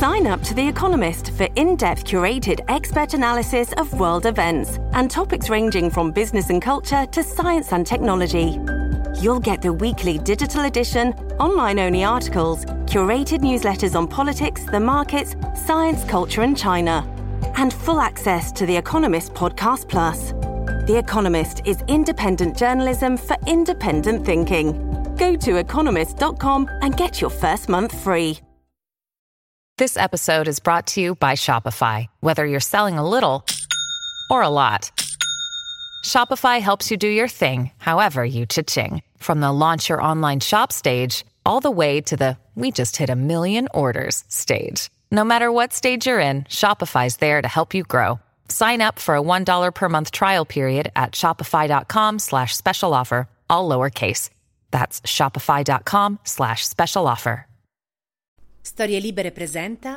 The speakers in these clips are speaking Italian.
Sign up to The Economist for in-depth curated expert analysis of world events and topics ranging from business and culture to science and technology. You'll get the weekly digital edition, online-only articles, curated newsletters on politics, the markets, science, culture and China, and full access to The Economist Podcast Plus. The Economist is independent journalism for independent thinking. Go to economist.com and get your first month free. This episode is brought to you by Shopify. Whether you're selling a little or a lot, Shopify helps you do your thing, however you cha-ching. From the launch your online shop stage, all the way to the we just hit 1 million orders stage. No matter what stage you're in, Shopify's there to help you grow. Sign up for a $1 per month trial period at shopify.com/special offer, all lowercase. That's shopify.com/special offer. Storie Libere presenta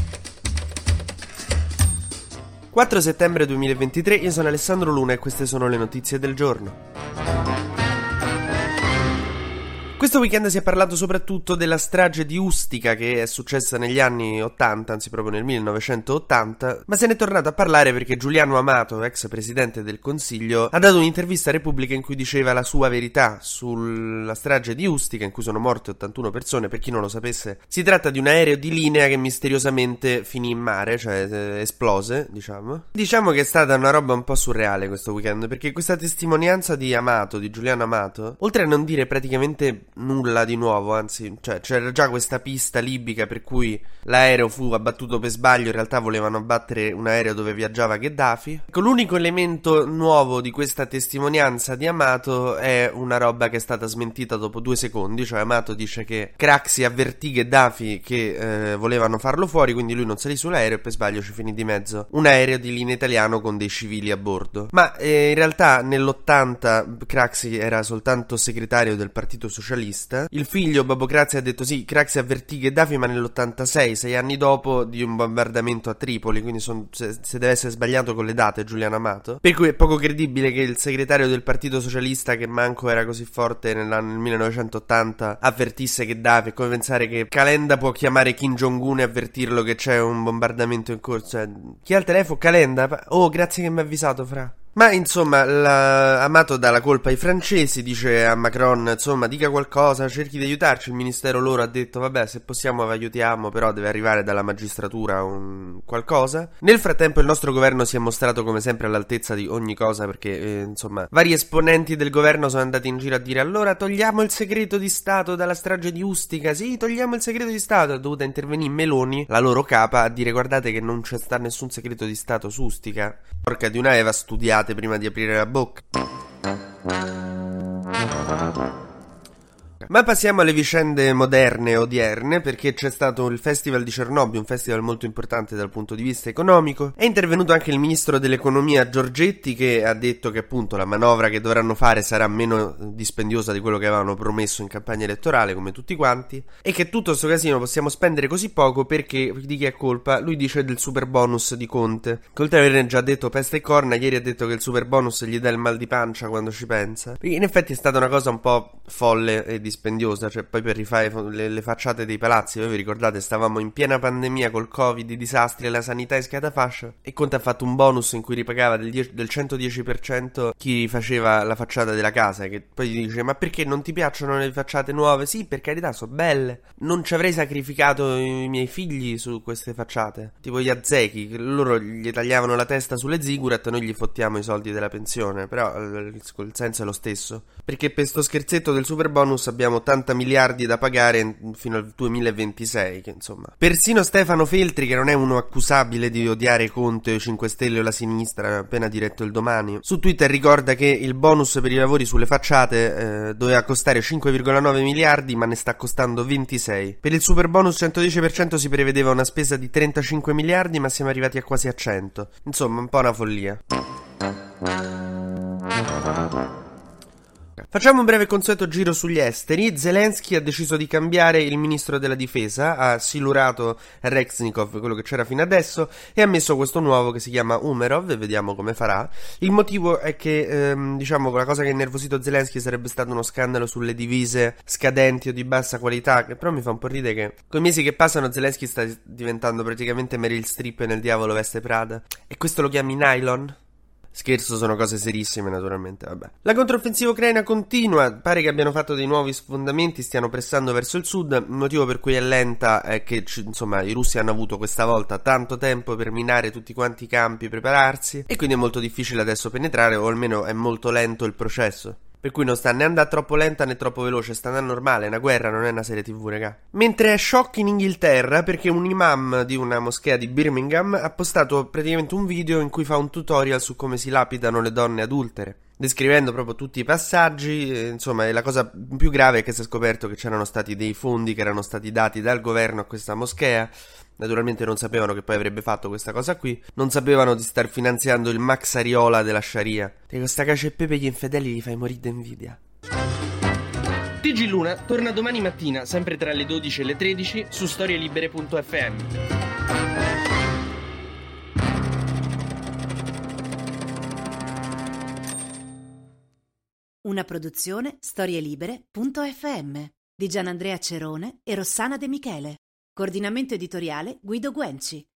4 settembre 2023, io sono Alessandro Luna e queste sono le notizie del giorno. Questo weekend si è parlato soprattutto della strage di Ustica che è successa negli anni 80, anzi proprio nel 1980, ma se ne è tornato a parlare perché Giuliano Amato, ex presidente del Consiglio, ha dato un'intervista a Repubblica in cui diceva la sua verità sulla strage di Ustica, in cui sono morte 81 persone. Per chi non lo sapesse, si tratta di un aereo di linea che misteriosamente finì in mare, cioè esplose, diciamo. Diciamo che è stata una roba un po' surreale questo weekend, perché questa testimonianza di Amato, di Giuliano Amato, oltre a non dire praticamente nulla di nuovo, anzi, cioè c'era già questa pista libica per cui l'aereo fu abbattuto per sbaglio, in realtà volevano abbattere un aereo dove viaggiava Gheddafi. Ecco, l'unico elemento nuovo di questa testimonianza di Amato è una roba che è stata smentita dopo 2 secondi, cioè Amato dice che Craxi avvertì Gheddafi che volevano farlo fuori, quindi lui non salì sull'aereo e per sbaglio ci finì di mezzo un aereo di linea italiano con dei civili a bordo. Ma in realtà nell'80 Craxi era soltanto segretario del Partito Socialista. Il figlio Babbo Craxi ha detto sì, Craxi avvertì Gheddafi ma nell'86, 6 anni dopo, di un bombardamento a Tripoli, quindi se deve essere sbagliato con le date Giuliano Amato, per cui è poco credibile che il segretario del Partito Socialista, che manco era così forte nel 1980, avvertisse Gheddafi. È come pensare che Calenda può chiamare Kim Jong-un e avvertirlo che c'è un bombardamento in corso, cioè, chi ha il telefono? Calenda? Oh, grazie che mi ha avvisato, fra. Ma insomma, Amato dà la colpa ai francesi, dice a Macron, insomma, dica qualcosa, cerchi di aiutarci. Il ministero loro ha detto, vabbè, se possiamo vi aiutiamo, però deve arrivare dalla magistratura un qualcosa. Nel frattempo il nostro governo si è mostrato come sempre all'altezza di ogni cosa, perché insomma, vari esponenti del governo sono andati in giro a dire, allora togliamo il segreto di Stato dalla strage di Ustica. Sì, togliamo il segreto di Stato. È dovuta intervenire Meloni, la loro capa, a dire, guardate che non c'è sta nessun segreto di Stato su Ustica. Porca di una Eva, studiate prima di aprire la bocca. Ma passiamo alle vicende moderne e odierne, perché c'è stato il Festival di Cernobbio, un festival molto importante dal punto di vista economico. È intervenuto anche il ministro dell'economia Giorgetti, che ha detto che appunto la manovra che dovranno fare sarà meno dispendiosa di quello che avevano promesso in campagna elettorale, come tutti quanti, e che tutto sto casino possiamo spendere così poco perché, di chi è colpa? Lui dice del super bonus di Conte, che oltre ad averne già detto peste e corna, ieri ha detto che il super bonus gli dà il mal di pancia quando ci pensa, perché in effetti è stata una cosa un po' folle e dispendiosa, cioè poi per rifare le facciate dei palazzi, voi vi ricordate, stavamo in piena pandemia col Covid, i disastri e la sanità in scatafascia, e Conte ha fatto un bonus in cui ripagava del 110% chi faceva la facciata della casa, che poi gli dice, ma perché non ti piacciono le facciate nuove? Sì, per carità, sono belle, non ci avrei sacrificato i miei figli su queste facciate, tipo gli azzechi, loro gli tagliavano la testa sulle zigurat, noi gli fottiamo i soldi della pensione, però il senso è lo stesso, perché per sto scherzetto del super bonus abbiamo 80 miliardi da pagare fino al 2026, che insomma, persino Stefano Feltri, che non è uno accusabile di odiare Conte o 5 Stelle o la sinistra, appena diretto il Domani, su Twitter ricorda che il bonus per i lavori sulle facciate doveva costare 5,9 miliardi ma ne sta costando 26. Per il super bonus 110% si prevedeva una spesa di 35 miliardi ma siamo arrivati a quasi a 100, insomma un po' una follia. Facciamo un breve consueto giro sugli esteri. Zelensky ha deciso di cambiare il ministro della difesa, ha silurato Reznikov, quello che c'era fino adesso, e ha messo questo nuovo che si chiama Umerov, e vediamo come farà. Il motivo è che, la cosa che ha innervosito Zelensky sarebbe stato uno scandalo sulle divise scadenti o di bassa qualità, che però mi fa un po' ridere che con i mesi che passano Zelensky sta diventando praticamente Meryl Streep nel Diavolo Veste Prada. E questo lo chiami nylon? Scherzo, sono cose serissime naturalmente, vabbè. La controffensiva ucraina continua, pare che abbiano fatto dei nuovi sfondamenti, stiano pressando verso il sud. Il motivo per cui è lenta è che, i russi hanno avuto questa volta tanto tempo per minare tutti quanti i campi, prepararsi, e quindi è molto difficile adesso penetrare, o almeno è molto lento il processo. Per cui non sta né andando troppo lenta né troppo veloce, sta andando normale, è una guerra, non è una serie TV, raga. Mentre è shock in Inghilterra perché un imam di una moschea di Birmingham ha postato praticamente un video in cui fa un tutorial su come si lapidano le donne adultere, descrivendo proprio tutti i passaggi. E la cosa più grave è che si è scoperto che c'erano stati dei fondi che erano stati dati dal governo a questa moschea. Naturalmente non sapevano che poi avrebbe fatto questa cosa qui, non sapevano di star finanziando il Max Ariola della Sharia. E con sta cacio e pepe gli infedeli li fai morire d'invidia. TG Luna torna domani mattina, sempre tra le 12 e le 13, su storielibere.fm. Una produzione storielibere.fm di Gianandrea Cerone e Rossana De Michele. Coordinamento editoriale Guido Guenci.